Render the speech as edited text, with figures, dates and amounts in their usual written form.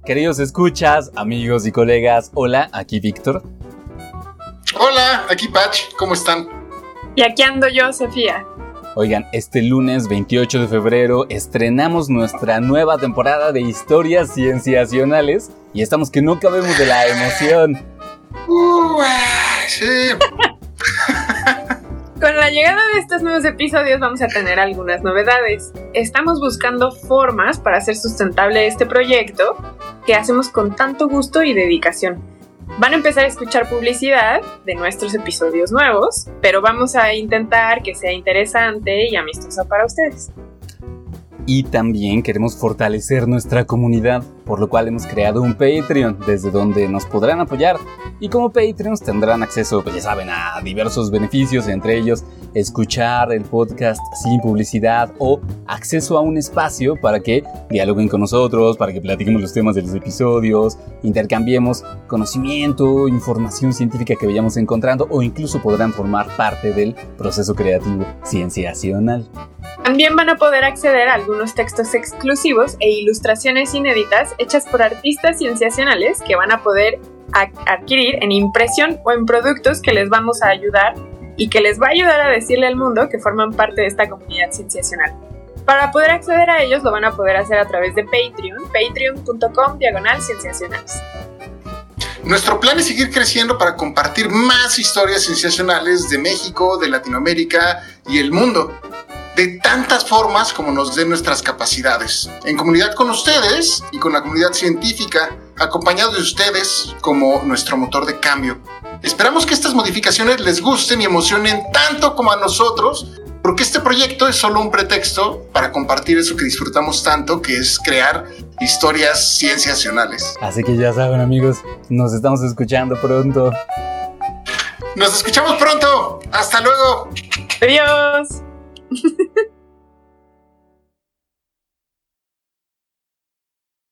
Queridos escuchas, amigos y colegas, hola, aquí Víctor. Hola, aquí Patch, ¿cómo están? Y aquí ando yo, Sofía. Oigan, este lunes 28 de febrero estrenamos nuestra nueva temporada de historias cienciacionales y estamos que no cabemos de la emoción. Sí. Con la llegada de estos nuevos episodios vamos a tener algunas novedades. Estamos buscando formas para hacer sustentable este proyecto que hacemos con tanto gusto y dedicación. Van a empezar a escuchar publicidad de nuestros episodios nuevos, pero vamos a intentar que sea interesante y amistosa para ustedes. Y también queremos fortalecer nuestra comunidad, por lo cual hemos creado un Patreon, desde donde nos podrán apoyar. Y como Patreons tendrán acceso, pues ya saben, a diversos beneficios, entre ellos escuchar el podcast sin publicidad o acceso a un espacio para que dialoguen con nosotros, para que platiquemos los temas de los episodios, intercambiemos conocimiento, información científica que vayamos encontrando o incluso podrán formar parte del proceso creativo cienciacional. También van a poder acceder a algunos textos exclusivos e ilustraciones inéditas hechas por artistas cienciacionales que van a poder adquirir en impresión o en productos que les vamos a ayudar y que les va a ayudar a decirle al mundo que forman parte de esta comunidad cienciacional. Para poder acceder a ellos lo van a poder hacer a través de Patreon, patreon.com/cienciacionales. Nuestro plan es seguir creciendo para compartir más historias cienciacionales de México, de Latinoamérica y el mundo, de tantas formas como nos den nuestras capacidades, en comunidad con ustedes y con la comunidad científica, acompañados de ustedes como nuestro motor de cambio. Esperamos que estas modificaciones les gusten y emocionen tanto como a nosotros, porque este proyecto es solo un pretexto para compartir eso que disfrutamos tanto, que es crear historias cienciacionales. Así que ya saben, amigos, nos estamos escuchando pronto. ¡Nos escuchamos pronto! ¡Hasta luego! ¡Adiós!